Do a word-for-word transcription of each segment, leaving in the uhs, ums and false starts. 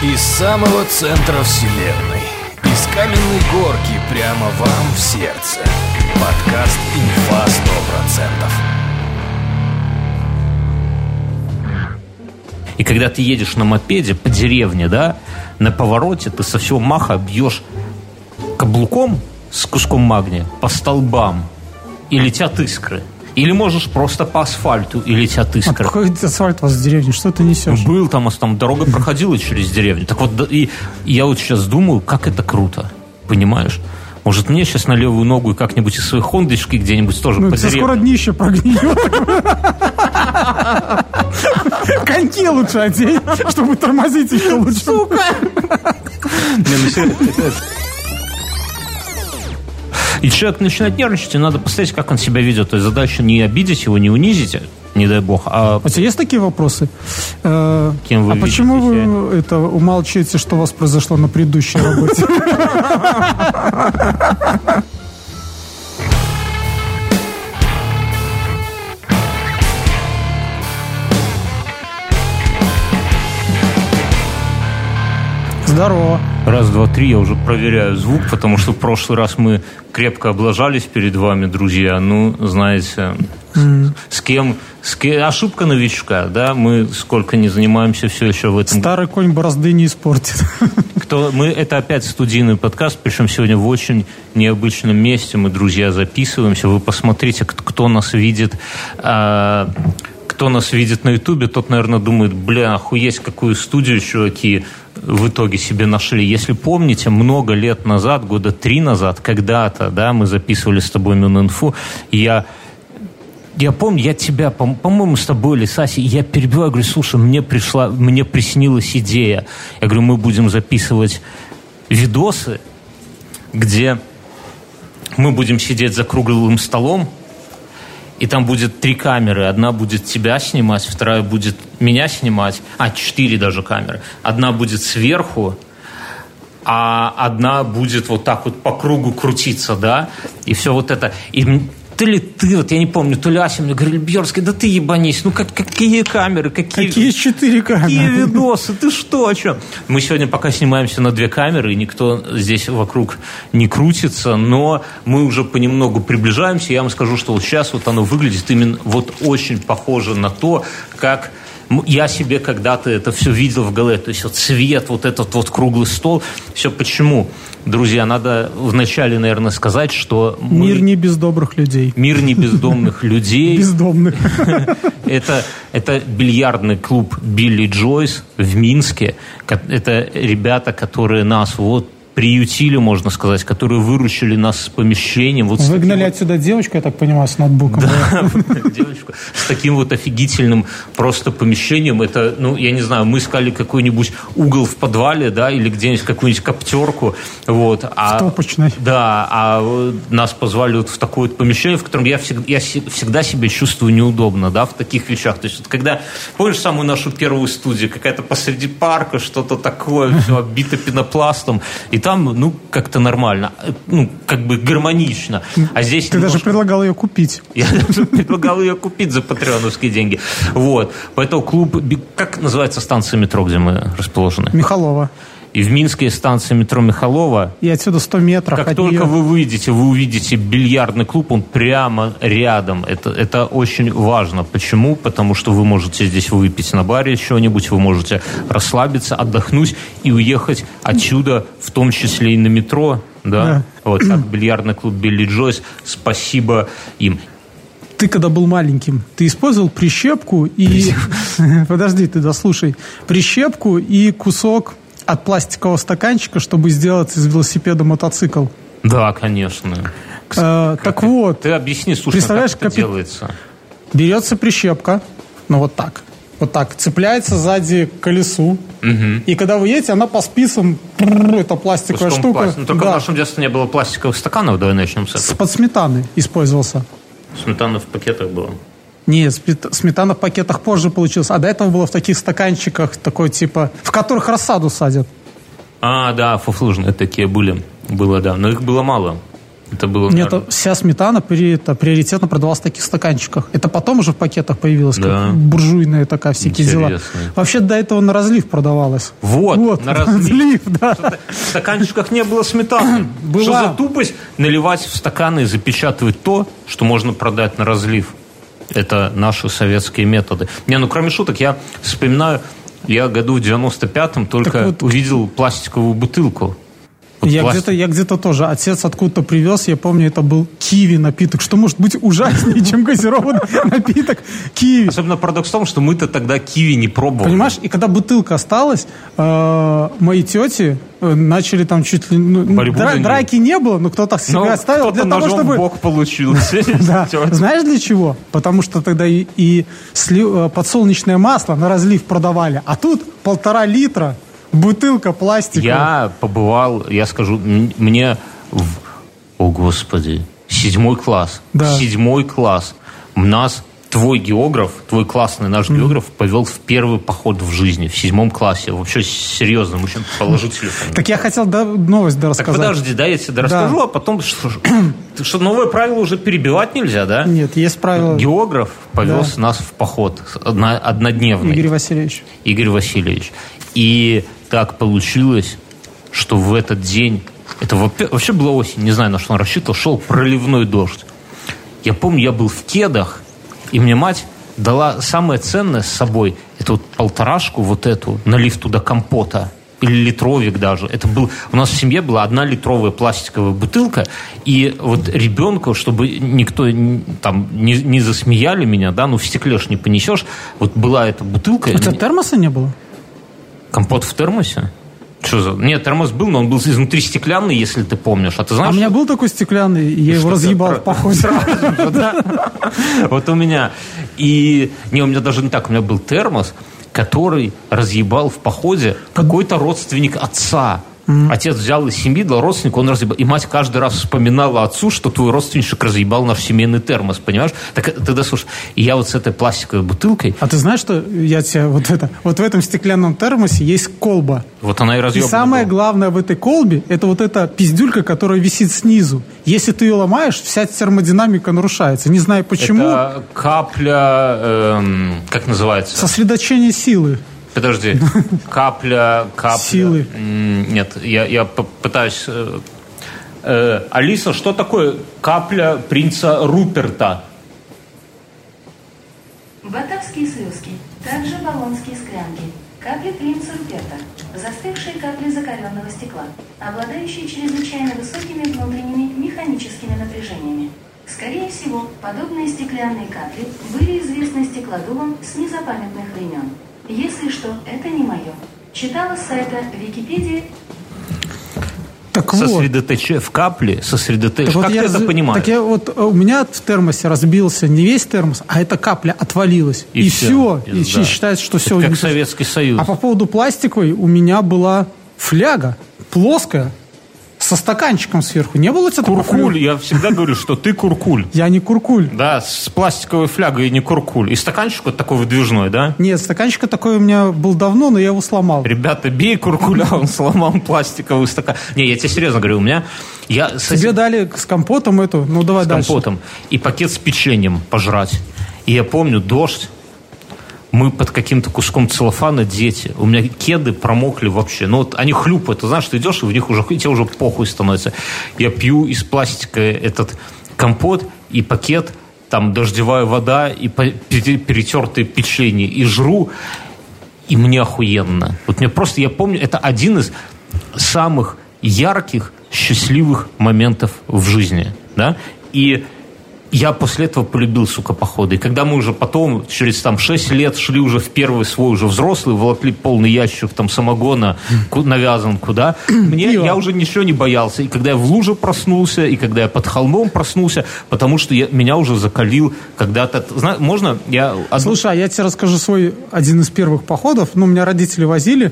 Из самого центра вселенной, из каменной горки прямо вам в сердце. Подкаст «Инфа сто процентов». И когда ты едешь на мопеде по деревне, да, на повороте ты со всего маха бьешь каблуком с куском магния по столбам, и летят искры. Или можешь просто по асфальту, и летят искры. А какой асфальт у вас в деревне? Что ты несешь? Был там, там дорога проходила через деревню. Так вот, и я вот сейчас думаю, как это круто. Понимаешь? Может, мне сейчас на левую ногу и как-нибудь из своей хондочки где-нибудь тоже ну, по деревне. скоро днище прогниет. Коньки лучше одень, чтобы тормозить еще лучше. Сука! И человек начинает нервничать, и надо посмотреть, как он себя ведет. То есть задача не обидеть его, не унизить, не дай бог. А, а у тебя есть такие вопросы? Кем вы а почему себя? Вы это умалчиваете, что у вас произошло на предыдущей работе? Здорово. Раз, два, три, я уже проверяю звук, потому что в прошлый раз мы крепко облажались перед вами, друзья. Ну, знаете, mm. с, с, кем, с кем... Ошибка новичка, да? Мы сколько не занимаемся все еще в этом... Старый конь борозды не испортит. Кто... Мы... Это опять студийный подкаст, причем сегодня в очень необычном месте. Мы, друзья, записываемся. Вы посмотрите, кто нас видит... А... Кто нас видит на Ютубе, тот, наверное, думает, бля, охуеть, какую студию чуваки в итоге себе нашли. Если помните, много лет назад, года три назад, когда-то, да, мы записывали с тобой Нон-инфу, я... Я помню, я тебя, по- по-моему, с тобой или с Асей, я перебиваю, говорю, слушай, мне пришла, мне приснилась идея. Я говорю, мы будем записывать видосы, где мы будем сидеть за круглым столом, и там будет три камеры. Одна будет тебя снимать, вторая будет меня снимать. А, четыре даже камеры. Одна будет сверху, а одна будет вот так вот по кругу крутиться, да? И все вот это. И то ли ты, вот я не помню, то ли Ася мне говорили, Бьерский, да ты ебанись, ну как, какие камеры, какие... Какие четыре камеры? Какие видосы, ты что, о чем? Мы сегодня пока снимаемся на две камеры, и никто здесь вокруг не крутится, но мы уже понемногу приближаемся, я вам скажу, что вот сейчас вот оно выглядит именно вот очень похоже на то, как... Я себе когда-то это все видел в голове. То есть вот цвет, вот этот вот круглый стол. Все почему? Друзья, надо вначале, наверное, сказать, что... Мы... Мир не без добрых людей. Мир не бездомных людей. Бездомных. Это, это бильярдный клуб «Билли Джойс» в Минске. Это ребята, которые нас вот приютили, можно сказать, которые выручили нас с помещением. Вот Выгнали вот... отсюда девочку, я так понимаю, с ноутбуком. Да, девочку. С таким вот офигительным просто помещением. Это, ну, я не знаю, мы искали какой-нибудь угол в подвале, да, или где-нибудь какую-нибудь коптерку. Вот. А, в топочной. Да, а нас позвали вот в такое вот помещение, в котором я всегда, я всегда себя чувствую неудобно, да, в таких вещах. То есть, вот, когда, помнишь самую нашу первую студию, какая-то посреди парка, что-то такое, все оббито пенопластом, и там, ну, как-то нормально, ну, как бы гармонично. А здесь Ты немножко... даже предлагал ее купить. Я даже предлагал ее купить за патреоновские деньги. Вот. Поэтому клуб... Как называется станция метро, где мы расположены? Михалова. И в Минске станция метро Михалова. И отсюда сто метров. Как только нее... вы выйдете, вы увидите бильярдный клуб, он прямо рядом. Это, это очень важно. Почему? Потому что вы можете здесь выпить на баре что-нибудь, вы можете расслабиться, отдохнуть и уехать отсюда, в том числе и на метро. Да? Да. Вот так, бильярдный клуб «Билли Джойс». Спасибо им. Ты, когда был маленьким, ты использовал прищепку и... Подожди, ты дослушай. Прищепку и кусок от пластикового стаканчика, чтобы сделать из велосипеда мотоцикл. Да, конечно. А, так это? Вот. Ты объясни, слушай, представляешь, как это капи... делается? Берется прищепка, ну вот так, вот так, цепляется сзади к колесу, угу. И когда вы едете, она по спицам, это пластиковая Пуском штука. Пласт... Ну, только да. В нашем детстве не было пластиковых стаканов, давай начнем с этого. С под сметаны использовался. Сметана в пакетах была. Нет, сметана в пакетах позже получилась. А до этого было в таких стаканчиках, такой типа, в которых рассаду садят. А, да, фуфлужные такие были. Было, да. Но их было мало. Это было... Нет, наверное... вся сметана при, это, приоритетно продавалась в таких стаканчиках. Это потом уже в пакетах появилась, да. Как буржуйная такая, всякие дела. Вообще до этого на разлив продавалась. Вот, вот на разлив. разлив да. В стаканчиках не было сметаны. Была. Что за тупость наливать в стаканы и запечатывать то, что можно продать на разлив? Это наши советские методы. Не, ну кроме шуток, я вспоминаю, я году в девяносто пятом только вот... увидел пластиковую бутылку. Вот я, где-то, я где-то тоже. Отец откуда-то привез, я помню, это был киви напиток. Что может быть ужаснее, чем газированный напиток киви? Особенно парадокс в том, что мы-то тогда киви не пробовали. Понимаешь, и когда бутылка осталась, мои тети начали там чуть ли... Драки не было, но кто-то себя оставил для того, чтобы... Кто-то бок получил. Знаешь для чего? Потому что тогда и подсолнечное масло на разлив продавали, а тут полтора литра бутылка пластиковая. Я побывал, я скажу, мне, в, о господи, седьмой класс. Да. Седьмой класс. У нас твой географ, твой классный наш mm. географ повел в первый поход в жизни, в седьмом классе. Вообще серьезно, мы очень положи телефон. Так я хотел да, новость да, рассказать. Так подожди, да, я тебе да расскажу, да. А потом, что, что новое правило уже перебивать нельзя, да? Нет, есть правило. Географ повез да. нас в поход однодневный. Игорь Васильевич. Игорь Васильевич. И так получилось, что в этот день, это вообще была осень, не знаю, на что он рассчитывал, шел проливной дождь. Я помню, я был в кедах, и мне мать дала самое ценное с собой, это вот полторашку вот эту, налив туда компота, или литровик даже. Это был, у нас в семье была одна литровая пластиковая бутылка, и вот ребенку, чтобы никто там не, не засмеяли меня, да, ну в стекле ж не понесешь, вот была эта бутылка. У тебя термоса не было? Компот в термосе? Что за... Нет, термос был, но он был изнутри стеклянный, если ты помнишь. А ты знаешь, а у меня был такой стеклянный, и я его разъебал в походе. Вот у меня. И не, у меня даже не так, у меня был термос, который разъебал в походе какой-то родственник отца. Mm-hmm. Отец взял из семьи, дал родственнику, он разъебал. И мать каждый раз вспоминала отцу, что твой родственничек разъебал наш семейный термос, понимаешь? Так тогда, слушай, и я вот с этой пластиковой бутылкой... А ты знаешь, что я тебе вот это... Вот в этом стеклянном термосе есть колба. Вот она и разъебала. И самое главное в этой колбе, это вот эта пиздюлька, которая висит снизу. Если ты ее ломаешь, вся термодинамика нарушается. Не знаю почему. Это капля... Эм, как называется? Сосредоточение силы. Подожди, капля, капля... Силы. Нет, я, я попытаюсь... Э, э, Алиса, что такое капля принца Руперта? Батавские слезки, также болонские склянки, капли принца Руперта, застывшие капли закаленного стекла, обладающие чрезвычайно высокими внутренними механическими напряжениями. Скорее всего, подобные стеклянные капли были известны стеклодувам с незапамятных времен. Если что, это не мое. Читала с сайта Википедии. Так сосредоточие вот. В капле, сосредоточие. Как вот ты я это раз... понимаешь? Так я вот, у меня в термосе разбился не весь термос, а эта капля отвалилась. И, и все. И, и считается, что это все. Как Советский Союз. А по поводу пластиковой у меня была фляга плоская, со стаканчиком сверху. Не было у тебя куркуль. Я всегда говорю, что ты куркуль. Я не куркуль. Да, с пластиковой флягой не куркуль. И стаканчик вот такой выдвижной, да? Нет, стаканчик такой у меня был давно, но я его сломал. Ребята, бей куркуля, он сломал пластиковый стакан. Не, я тебе серьезно говорю, у меня... Я Тебе сосед... дали с компотом эту, ну давай с дальше. С компотом. И пакет с печеньем пожрать. И я помню, дождь. Мы под каким-то куском целлофана, дети. У меня кеды промокли вообще. Ну, вот они хлюпают. Ты знаешь, ты идешь, и в них уже, и тебе уже похуй становится. Я пью из пластика этот компот и пакет, там дождевая вода и перетертые печенье. И жру, и мне охуенно. Вот мне просто, я помню, это один из самых ярких, счастливых моментов в жизни. Да? И я после этого полюбил, сука, походы. И когда мы уже потом, через там шесть лет, шли уже в первый свой уже взрослый, волокли полный ящик там самогона на Вязанку, да, мне, я уже ничего не боялся. И когда я в луже проснулся, и когда я под холмом проснулся, потому что я, меня уже закалил когда-то... Знаешь, можно? Я... Слушай, а я тебе расскажу свой один из первых походов. Ну, меня родители возили.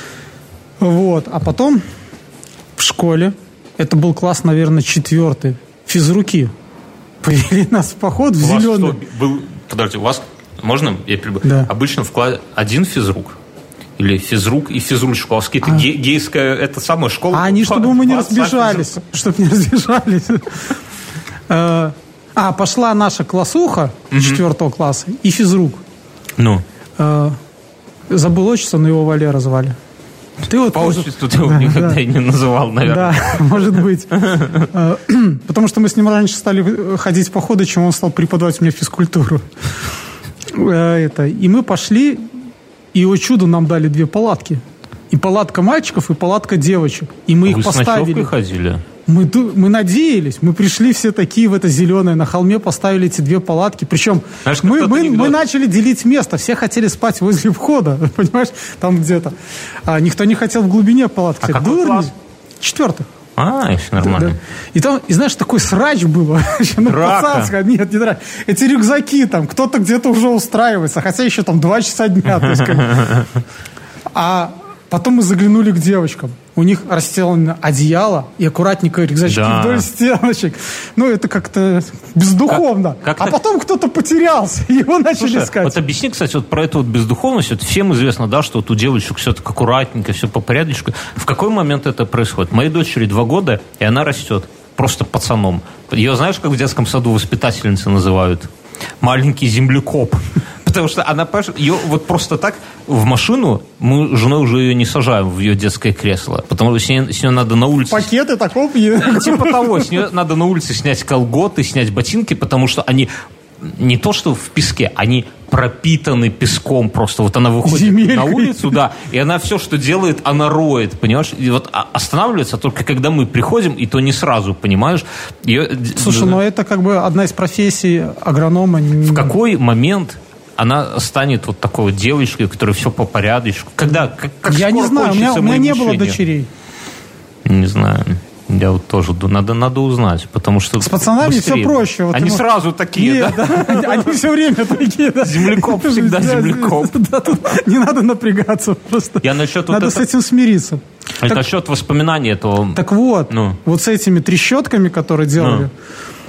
Вот. А потом в школе, это был класс, наверное, четвертый, физруки. Повели нас в поход в у зеленый. Вас что, был, подождите, у вас, можно я перебью? Да. Обычно в классе один физрук Или физрук и физручковский. Это а. ге- гейская, это самая школа. А они, чтобы мы не разбежались. Чтобы не разбежались. А, пошла наша классуха четвертого класса и физрук. Ну? Забыл отчество, но его Валера звали. Ты вот по отчеству ты его никогда и не называл, наверное. Да, может быть. Потому что мы с ним раньше стали ходить в походы, чем он стал преподавать мне физкультуру. Это. И мы пошли, и, о чудо, нам дали две палатки. И палатка мальчиков, и палатка девочек. И мы Вы их поставили. Вы с ночевкой ходили? Мы, мы надеялись, мы пришли все такие в это зеленое, на холме поставили эти две палатки. Причем Знаешь, мы, мы, мы начали делить место. Все хотели спать возле входа, понимаешь, там где-то. А никто не хотел в глубине палатки. А какой класс? Четвертый. А, еще нормально. Да, да. И там, и знаешь, такой срач было. Ну, пацанское. Нет, не драка. Эти рюкзаки там, кто-то где-то уже устраивается, хотя еще там два часа дня. То есть, как... А потом мы заглянули к девочкам. У них расстелано одеяло и аккуратненько рюкзачки да. вдоль стеночек. Ну, это как-то бездуховно. Как, как а потом кто-то потерялся, его начали Слушай, искать. Вот объясни, кстати, вот про эту вот бездуховность. Вот всем известно, да, что вот у девочек все так аккуратненько, все по порядочку. В какой момент это происходит? Моей дочери два года, и она растет просто пацаном. Ее знаешь, как в детском саду воспитательницы называют? Маленький землекоп. Потому что она, ее вот просто так в машину, мы с женой уже ее не сажаем в ее детское кресло, потому что с нее, с нее надо на улице... Пакеты такого? Типа того, с нее надо на улице снять колготы, снять ботинки, потому что они не то что в песке, они пропитаны песком просто. Вот она выходит Земелька. На улицу, да, и она все, что делает, она роет, понимаешь? И вот останавливается только когда мы приходим, и то не сразу, понимаешь? Ее... Слушай, ну это как бы одна из профессий агронома. В какой момент... она станет вот такой вот девочкой, которая все по порядочку. Когда? Как, как Я не знаю, у меня, у меня не было дочерей. Не знаю. Я вот тоже надо, надо узнать, потому что с пацанами быстрее. Все проще. Вот они ему... сразу такие, Нет, да? да? Они все время такие, да? Землекоп всегда землекоп. Да, не надо напрягаться просто. Я насчет надо вот с это... этим смириться. Так... Насчет воспоминаний этого... Так вот, ну. вот с этими трещотками, которые делали, ну.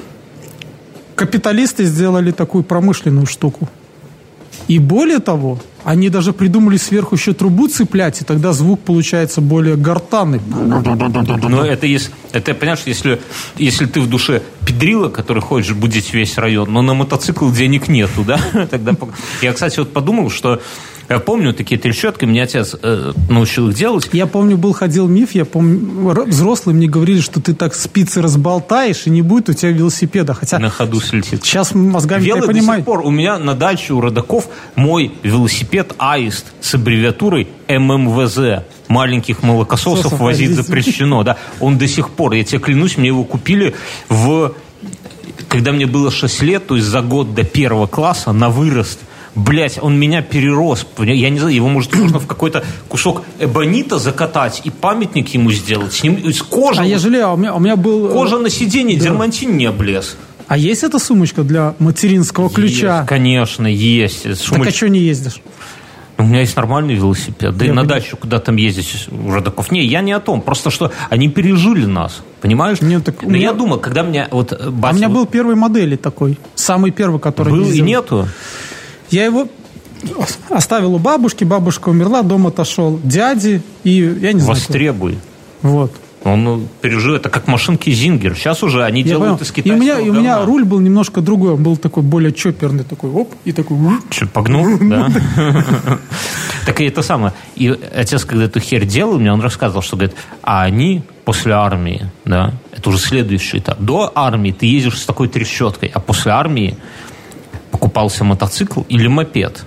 капиталисты сделали такую промышленную штуку. И более того, они даже придумали сверху еще трубу цеплять, и тогда звук получается более гортанный. Но это, есть, это понимаешь, если, если ты в душе педрила, который хочешь будить весь район, но на мотоцикл денег нету, да? Тогда... Я, кстати, вот подумал, что я помню такие трещотки, мне отец э, научил их делать. Я помню, был ходил миф, я помню, взрослые мне говорили, что ты так спицы разболтаешь, и не будет у тебя велосипеда. Хотя на ходу слетит. Сейчас мозгами я понимаю. До сих пор у меня на даче у родаков мой велосипед Аист с аббревиатурой эм эм вэ зэ. Маленьких молокососов Сосов возить возить. Запрещено. Да. Он до сих пор, я тебе клянусь, мне его купили в... Когда мне было шесть лет, то есть за год до первого класса на вырост. Блять, он меня перерос. Я не знаю, его, может, можно в какой-то кусок эбонита закатать и памятник ему сделать. С ним, из кожи. А я жалею, у меня, у меня был... Кожа на сиденье, да. Дермантин не облез. А есть эта сумочка для материнского ключа? Есть, конечно, есть. Сумоч... Так а что не ездишь? У меня есть нормальный велосипед. Да я и на дачу, куда там ездить у родаков. Не, я не о том. Просто что они пережили нас. Понимаешь? Нет, так Но меня... я думал, когда меня... Вот, Бася... А у меня был первой модели такой. Самый первый, который... Был и нету? Я его оставил у бабушки, бабушка умерла, дом отошел дяди, и я не знаю... Востребуй. Вот. Он ну, пережил это как машинки Зингер. Сейчас уже они я делают понял. Из китайского и у меня, и у меня руль был немножко другой, он был такой более чоперный, такой оп, и такой... Че, погнул, да? Так и это самое. И отец, когда эту херь делал, мне он рассказывал, что, говорит, а они после армии, да, это уже следующий этап. До армии ты ездишь с такой трещоткой, а после армии покупался мотоцикл или мопед.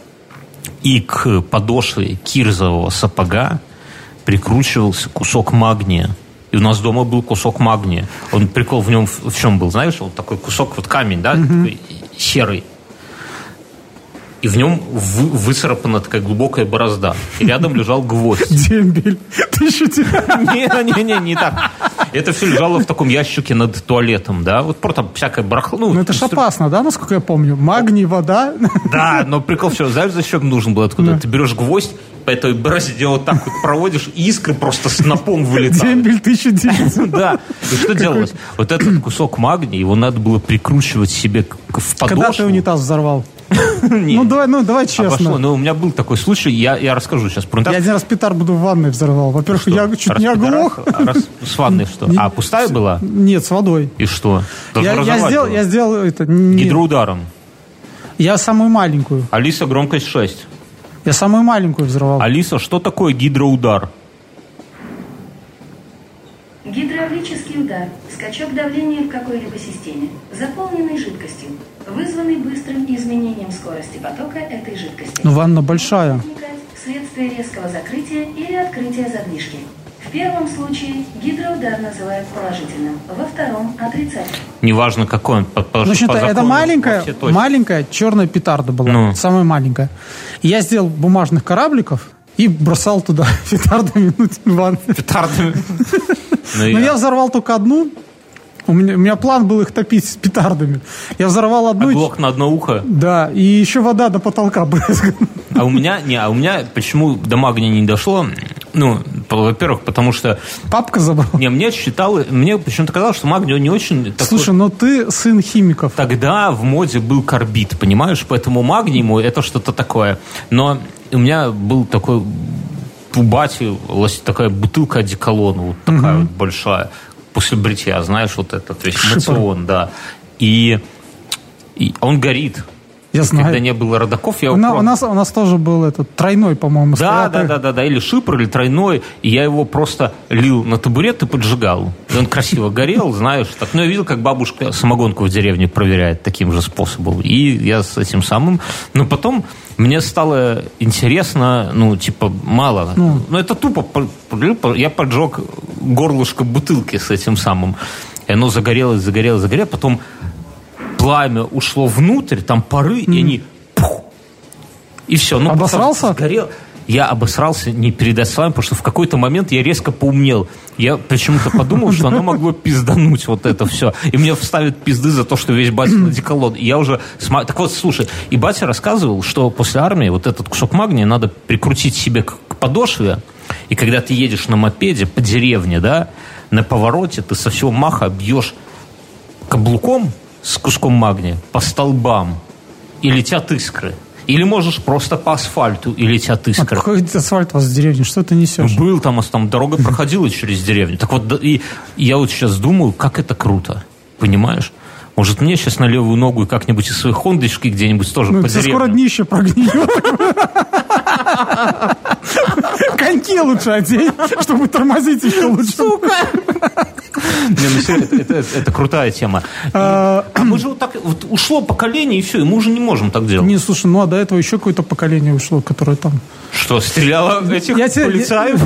И к подошве кирзового сапога прикручивался кусок магния. И у нас дома был кусок магния. Он прикол в нем в, в чем был, знаешь, вот такой кусок, вот камень, да, mm-hmm. такой серый. И в нем вы, выцарапана такая глубокая борозда. И рядом лежал гвоздь. Дембель. Ты шутишь? Не-не-не, не так. Это все лежало в таком ящике над туалетом, да? Вот просто всякое барахло. Ну, это ж опасно, да, насколько я помню? Магний, вода. Да, но прикол все, знаешь, зачем нужен был откуда? Ты берешь гвоздь, по этой борозде вот так вот проводишь, и искры просто снопом вылетают. Дембель тысяча девятьсот. Да. И что делалось? Вот этот кусок магния, его надо было прикручивать себе в подошву. Когда ты унитаз взорвал? Ну, давай, ну, давай честно. Ну, у меня был такой случай, я, я расскажу сейчас. Я один раз петарду в ванной взорвал. Во-первых, я чуть не оглох. С ванной что? А, пустая была? Нет, с водой. И что? Я сделал, я сделал это... Гидроударом? Я самую маленькую. Алиса, громкость шесть. Я самую маленькую взорвал. Алиса, что такое гидроудар? Гидравлический удар – скачок давления в какой-либо системе, заполненной жидкостью, вызванный быстрым изменением скорости потока этой жидкости. Ну, ванна большая. Вследствие резкого закрытия или открытия задвижки. В первом случае гидроудар называют положительным, во втором – отрицательным. Неважно, какой он. По, по, ну, по это маленькая, маленькая черная петарда была, ну. самая маленькая. И я сделал бумажных корабликов и бросал туда петардами в ванну. Петардами? Но я взорвал только одну. У меня, у меня план был их топить с петардами. Я взорвал одну. Оглох на одно ухо? Да, и еще вода до потолка брызгала. А у меня, не, а у меня почему до магния не дошло? Ну, во-первых, потому что... Папка забрал? Не, мне считал, мне почему-то казалось, что магний не очень... Слушай, такой... но ты сын химиков. Тогда в моде был карбид, понимаешь? Поэтому магний мой это что-то такое. Но у меня был такой... У бати такая бутылка одеколона, вот такая угу. вот большая. После бритья, знаешь, вот этот весь мацион, да. И, и он горит. Я знаю. Когда не было родаков, я у, на, у, нас, у нас тоже был этот тройной, по-моему, да, да, да, да, да, или шипр, или тройной. И я его просто лил на табурет и поджигал. И он красиво горел, знаешь. Так. Но я видел, как бабушка самогонку в деревне проверяет таким же способом. И я с этим самым... Но потом мне стало интересно, ну, типа, мало. Ну, ну это тупо. Я поджег горлышко бутылки с этим самым. И оно загорелось, загорелось, загорелось. Потом... Пламя ушло внутрь, там пары, mm. и они... Пух, и все. Ну, обосрался? Сгорел. Я обосрался, не передать словами, потому что в какой-то момент я резко поумнел. Я почему-то подумал, что оно могло пиздануть вот это все. И мне вставят пизды за то, что весь батин одеколон. И я уже... См... Так вот, слушай, и батя рассказывал, что после армии вот этот кусок магния надо прикрутить себе к подошве, и когда ты едешь на мопеде по деревне, да, на повороте ты со всего маха бьешь каблуком с куском магния по столбам, и летят искры. Или можешь просто по асфальту, и летят искры. А какой асфальт у вас в деревне? Что ты несешь? Ну, был там, там дорога проходила через деревню. Так вот, и я вот сейчас думаю, как это круто. Понимаешь? Может, мне сейчас на левую ногу и как-нибудь из своей хондочки где-нибудь тоже ну, по деревне. Скоро днище прогниет. Коньки лучше одень, чтобы тормозить еще лучше. Сука! Не, ну, все, это, это, это крутая тема. А мы же вот так, вот ушло поколение, и все, и мы уже не можем так делать. Не, слушай, ну а до этого еще какое-то поколение ушло, которое там... Что, стреляло этих я полицаев?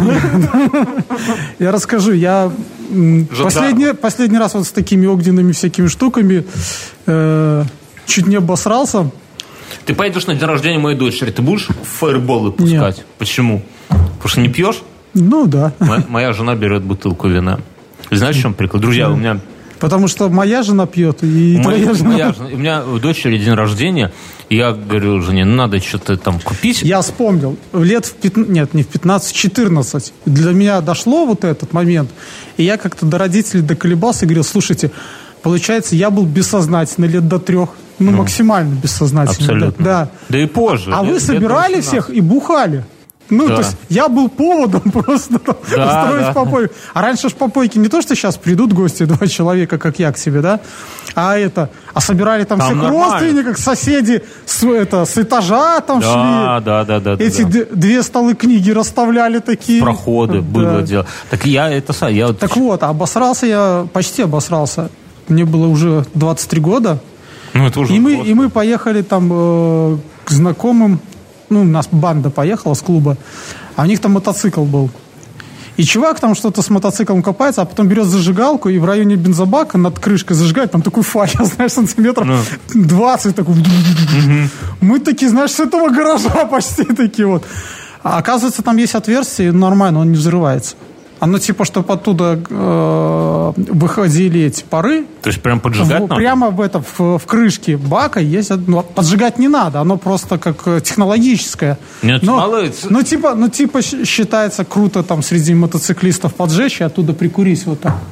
Я расскажу, я последний, последний раз вот с такими огненными всякими штуками э, чуть не обосрался. Ты поедешь на день рождения моей дочери, ты будешь фаерболы пускать? Нет. Почему? Потому что не пьешь? Ну да. Моя, моя жена берет бутылку вина. Знаешь, в чем прикол? Друзья, у меня... Потому что моя жена пьет, и моя, твоя жена... Моя жена... У меня у дочери день рождения, и я говорю жене, ну, надо что-то там купить. Я вспомнил. Лет в пятнадцать... Нет, не в пятнадцать, четырнадцать. Для меня дошло вот этот момент, и я как-то до родителей доколебался и говорил, слушайте, получается, я был бессознательно лет до трех. Ну, ну максимально бессознательно. Абсолютно. Да. Да и позже. А лет, вы собирали всех и бухали. Ну, да. То есть я был поводом просто да, устроить да. попойку. А раньше ж попойки не то, что сейчас придут гости, два человека, как я к себе, да, а это, а собирали там, там всех нормально. Родственников, соседи с, это, с этажа там да, шли. Да, да, да. Эти да, д- две столы книги расставляли такие. Проходы да. было дело. Так я это сам. Я вот... Так вот, обосрался я, почти обосрался. Мне было уже двадцать три года. Ну, это уже и, мы, и мы поехали там э, к знакомым. Ну, у нас банда поехала с клуба, а у них там мотоцикл был. И чувак там что-то с мотоциклом копается, а потом берет зажигалку и в районе бензобака над крышкой зажигает, там такой факел, знаешь, сантиметров ну. двадцать такой. Угу. Мы такие, знаешь, с этого гаража почти такие вот. А оказывается, там есть отверстие, нормально, он не взрывается. Оно типа, чтобы оттуда э, выходили эти пары. То есть прям поджигать в, надо? Прямо в, это, в, в крышке бака есть... Ну, поджигать не надо, оно просто как технологическое. Нет, но, мало... ну, типа, ну, типа считается круто там среди мотоциклистов поджечь и оттуда прикурить вот так.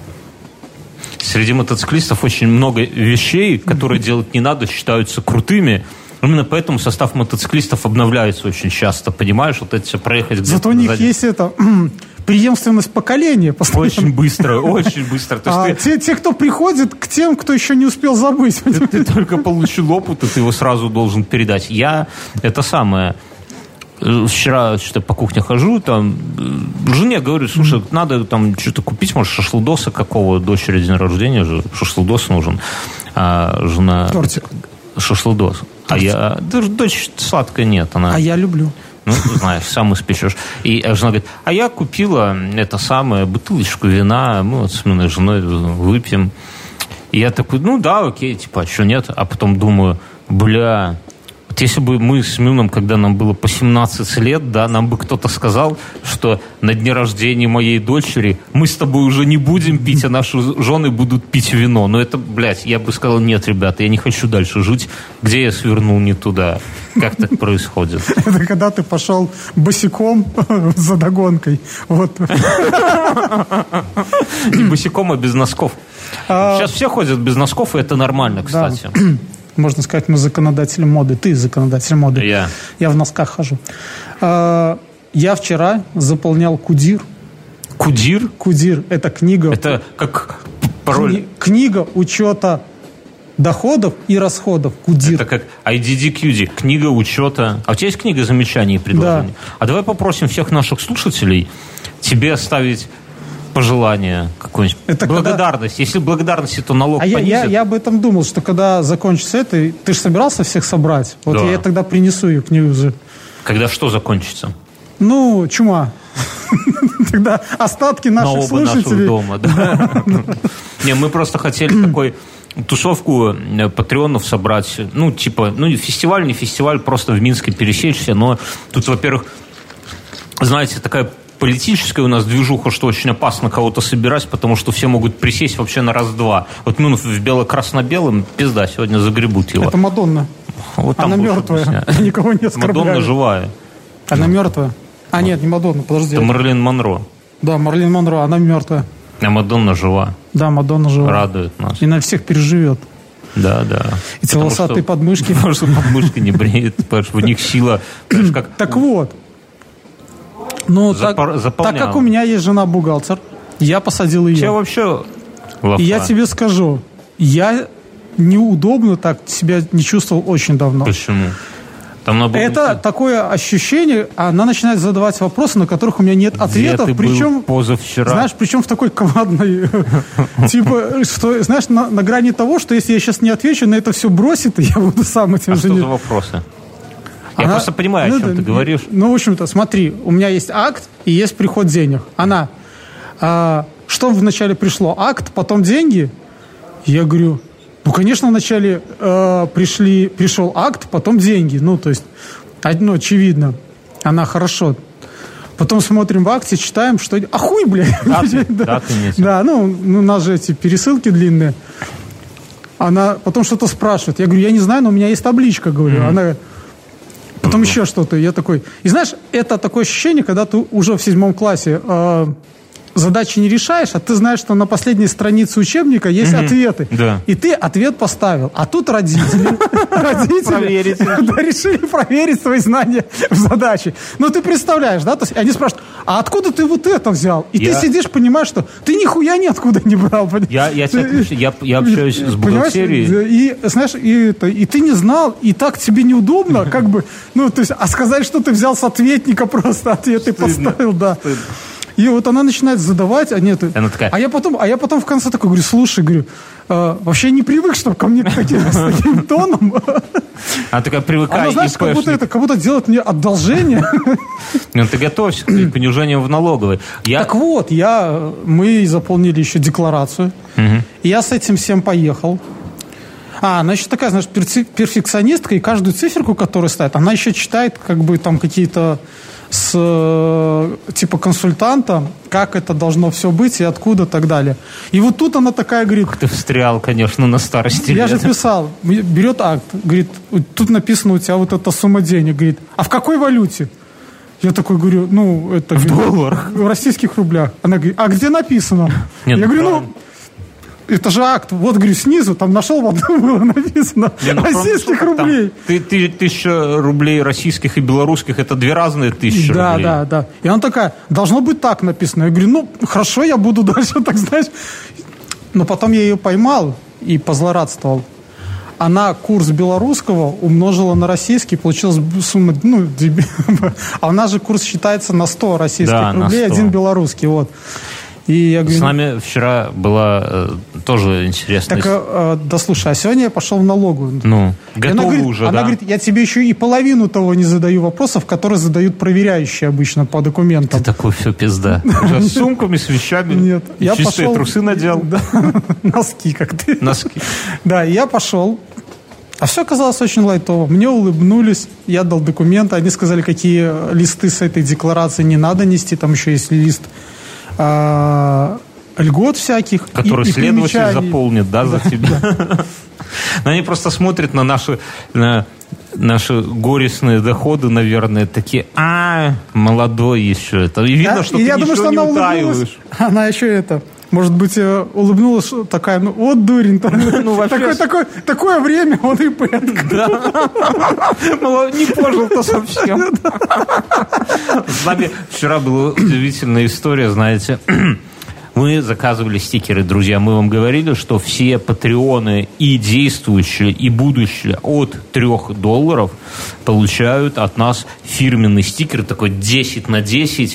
Среди мотоциклистов очень много вещей, которые делать не надо, считаются крутыми. Именно поэтому состав мотоциклистов обновляется очень часто, понимаешь? Вот это все проехать... Зато у них сзади. Есть это... преемственность поколения постоянно. Очень быстро, очень быстро. То есть а, ты... те, те, кто приходит к тем, кто еще не успел забыть. Ты, ты только получил опыт, и ты его сразу должен передать. Я это самое... Вчера что-то по кухне хожу, там жене говорю, слушай, mm-hmm. надо там что-то купить, может, шашлыдоса какого, дочери день рождения же, шашлыдос нужен. А жена... Тортик. Шашлыдос. Тортик. А я... Дочь сладкая нет, она... А я люблю. Ну, знаешь, сам испечешь. И жена говорит, а я купила это самое, бутылочку вина, мы вот с моей женой выпьем. И я такой, ну да, окей, типа, а что нет? А потом думаю, бля... Вот если бы мы с Мюном, когда нам было по семнадцать лет, да, нам бы кто-то сказал, что на дне рождения моей дочери мы с тобой уже не будем пить, а наши жены будут пить вино. Но это, блядь, я бы сказал, нет, ребята, я не хочу дальше жить, где я свернул не туда. Как так происходит? Это когда ты пошел босиком за догонкой. Вот. Не босиком, а без носков. Сейчас все ходят без носков, и это нормально, кстати. Можно сказать, мы законодатели моды. Ты законодатель моды. Я. Я в носках хожу. Я вчера заполнял Кудир. Кудир? Кудир. Это книга. Это как пароль? Кни- книга учета доходов и расходов. Кудир. Это как ай ди ди кью ди. Книга учета. А у тебя есть книга замечаний и предложений? Да. А давай попросим всех наших слушателей тебе оставить... пожелание какое-нибудь. Это благодарность. Когда... Если благодарность, то налог а понизит. Я, я, я об этом думал, что когда закончится это, ты же собирался всех собрать. Вот да. Я тогда принесу ее книгу уже. Когда что закончится? Ну, чума. Тогда остатки наших слушателей. дома, да. Не, мы просто хотели такой тусовку патреонов собрать. Ну, типа, ну, фестиваль, не фестиваль, просто в Минске пересечься. Но тут, во-первых, знаете, такая политическая у нас движуха, что очень опасно кого-то собирать, потому что все могут присесть вообще на раз-два. Вот ну, в бело-красно-белом, пизда, сегодня загребут его. Это Мадонна. Вот она мертвая. Никого не оскорбляет. Мадонна живая. Она мертвая. А нет, не Мадонна, подожди. Это Марлин Монро. Да, Марлин Монро, она мертвая. А Мадонна жива. Да, Мадонна жива. Радует нас. И на всех переживет. Да, да. Эти волосатые подмышки. Потому что подмышки не бреет, потому что в них сила. Так вот. Ну, Запор, так, так как у меня есть жена-бухгалтер, я посадил ее. Тебя вообще лафа. И я тебе скажу, я неудобно так себя не чувствовал очень давно. Почему? Там это быть... такое ощущение, она начинает задавать вопросы, на которых у меня нет Где ответов. Ты причем, был позавчера? Знаешь, причем в такой командной, типа, что, знаешь, на грани того, что если я сейчас не отвечу, на это все бросит, и я буду сам этим же. А что за вопросы? Я она, просто понимаю, ну, о чем да, ты говоришь. Ну, в общем-то, смотри, у меня есть акт и есть приход денег. Она, а, что вначале пришло? Акт, потом деньги? Я говорю, ну, конечно, вначале а, пришли, пришел акт, потом деньги. Ну, то есть, ну, очевидно. Она, хорошо. Потом смотрим в акте, читаем, что... А хуй, блядь! Даты, да, даты нет. Да, ну, у нас же эти пересылки длинные. Она потом что-то спрашивает. Я говорю, я не знаю, но у меня есть табличка, говорю. Mm-hmm. Она... Потом еще что-то. Я такой... И знаешь, это такое ощущение, когда ты уже в седьмом классе э, задачи не решаешь, а ты знаешь, что на последней странице учебника есть mm-hmm. ответы. Да. И ты ответ поставил. А тут родители решили проверить свои знания в задаче. Ну, ты представляешь, да? То есть они спрашивают, а откуда ты вот это взял? И ты сидишь, понимаешь, что ты нихуя ниоткуда не брал. Я общаюсь с бухгалтерией. И, знаешь, и ты не знал, и так тебе неудобно, как бы, ну, то есть, а сказать, что ты взял с ответника просто ответы поставил, да. И вот она начинает задавать, а нет, она такая... а я потом, а я потом в конце такой говорю, слушай, говорю, э, вообще не привык, чтобы ко мне таким, с таким тоном. Она такая, привыкай. Она, знаешь, как будто это, как будто делает мне одолжение. Ну, ты готовься к понижению в налоговой. Я... Так вот, я, мы заполнили еще декларацию, угу. И я с этим всем поехал. А, она еще такая, знаешь, перфекционистка, и каждую циферку, которую ставит, она еще читает, как бы, там, какие-то с типа консультанта, как это должно все быть и откуда и так далее. И вот тут она такая говорит... Ты встрял, конечно, на старости Я лет. же писал, берет акт, говорит, тут написано у тебя вот эта сумма денег, говорит, а в какой валюте? Я такой говорю, ну, это... В говорит, долларах. В российских рублях. Она говорит, а где написано? Нет, я говорю, ну... это же акт. Вот, говорю, снизу, там нашел, вот было написано Не, ну, российских правда, рублей. Там, ты, ты, тысяча рублей российских и белорусских, это две разные тысячи да, рублей. Да, да, да. И она такая, должно быть так написано. Я говорю, ну, хорошо, я буду дальше, так знаешь. Но потом я ее поймал и позлорадствовал. Она курс белорусского умножила на российский, получилась сумма, ну, а у нас же курс считается на сто российских да, рублей, один белорусский, вот. И я говорю, с нами вчера была э, тоже интересная... Так, э, да слушай, а сегодня я пошел в налоговую. Ну, готовы говорит, уже, она да? говорит, я тебе еще и половину того не задаю вопросов, которые задают проверяющие обычно по документам. Ты такой, все, пизда. Уже с сумками, с вещами. Нет, я чистые пошел... трусы надел. Да, носки, как ты. Носки. Да, я пошел. А все оказалось очень лайтово. Мне улыбнулись, я дал документы. Они сказали, какие листы с этой декларации не надо нести. Там еще есть лист а, льгот всяких. Который и, и следователь примечаний. заполнит, да, за тебя. Но они просто смотрят на наши... на наши горестные доходы, наверное, такие, а, молодой еще. Это. И видно, Да? что и ты я ничего думаю, что не она утаиваешь. Она еще это... Может быть, улыбнулась такая, ну, вот дурень. Ну, вообще... такое, такое, такое время, он и пэтка. Да. Не пожил-то совсем. С нами вчера была удивительная история, знаете. Мы заказывали стикеры, друзья. Мы вам говорили, что все патреоны и действующие, и будущие от трех долларов получают от нас фирменный стикер, такой десять на десять,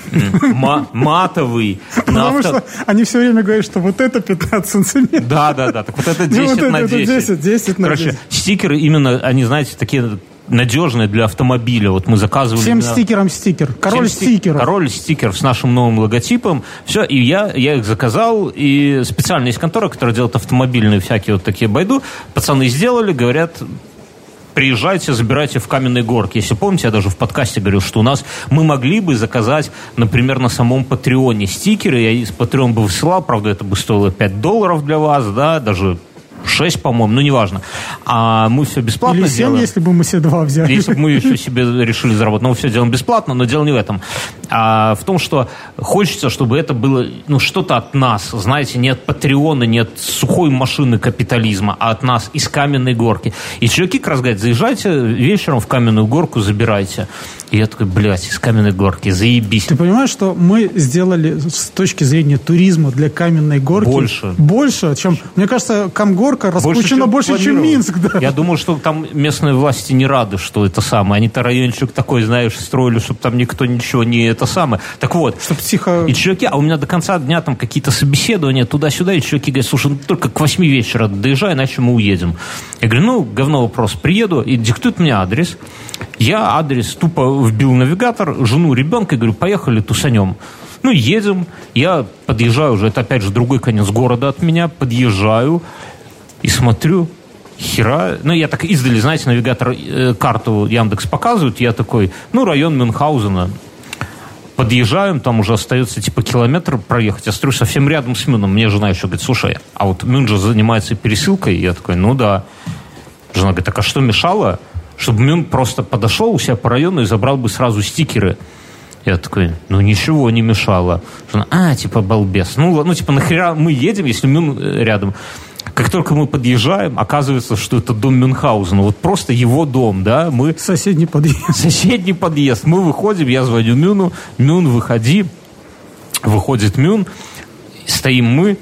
матовый. Потому что они все время говорят, что вот это пятнадцать сантиметров. Да, да, да. Так вот это десять на десять. десять на десять. Короче, стикеры именно, они, знаете, такие... надежные для автомобиля. Вот мы заказывали... Всем на... стикерам стикер. Король стикеров. Король стикер с нашим новым логотипом. Все, и я, я их заказал. И специально есть контора, которая делает автомобильные всякие вот такие байду. Пацаны сделали, говорят... Приезжайте, забирайте в Каменной Горке. Если помните, я даже в подкасте говорил, что у нас мы могли бы заказать, например, на самом Патреоне стикеры. Я из Патреон бы высылал, правда, это бы стоило пять долларов для вас, да, даже шесть, по-моему, ну, неважно. А мы все бесплатно Или семь, делаем. если бы мы все два взяли. Если бы мы еще себе решили заработать. Но мы все делаем бесплатно, но дело не в этом. А в том, что хочется, чтобы это было, ну, что-то от нас. Знаете, не от Патреона, не от сухой машины капитализма, а от нас, из Каменной Горки. И чуваки как раз говорят, заезжайте вечером в Каменную Горку, забирайте. И я такой, блядь, из Каменной Горки, заебись. Ты понимаешь, что мы сделали с точки зрения туризма для Каменной Горки Больше. Больше, чем, мне кажется, Камгорка раскручена больше, больше чем Минск. Да. Я думаю, что там местные власти не рады, что это самое. Они-то райончик такой, знаешь, строили, чтобы там никто ничего не это самое. Так вот. Чтобы тихо... И чуваки, а у меня до конца дня там какие-то собеседования туда-сюда, и чуваки говорят, слушай, ну только к восьми вечера доезжай, иначе мы уедем. Я говорю, ну, говно вопрос, приеду, и диктуют мне адрес. Я адрес тупо вбил в навигатор, жену, ребенка, и говорю, поехали тусанем. Ну, едем, я подъезжаю уже, это опять же другой конец города от меня, подъезжаю и смотрю, хера, ну, я так издали, знаете, навигатор, э, карту Яндекс показывает, я такой, ну, район Мюнхгаузена. Подъезжаем, там уже остается типа километр проехать. Я стою совсем рядом с Мюном. Мне жена еще говорит, слушай, а вот Мюн же занимается пересылкой. Я такой, ну да. Жена говорит, так а что мешало, чтобы Мюн просто подошел у себя по району и забрал бы сразу стикеры? Я такой, ну ничего не мешало. Жена, а, типа балбес. Ну, ну типа нахера мы едем, если Мюн рядом? Как только мы подъезжаем, оказывается, что это дом Мюнхгаузена. Вот просто его дом, да. Мы... Соседний подъезд. Соседний подъезд. Мы выходим, я звоню Мюну. Мюн, выходи. Выходит Мюн. Стоим мы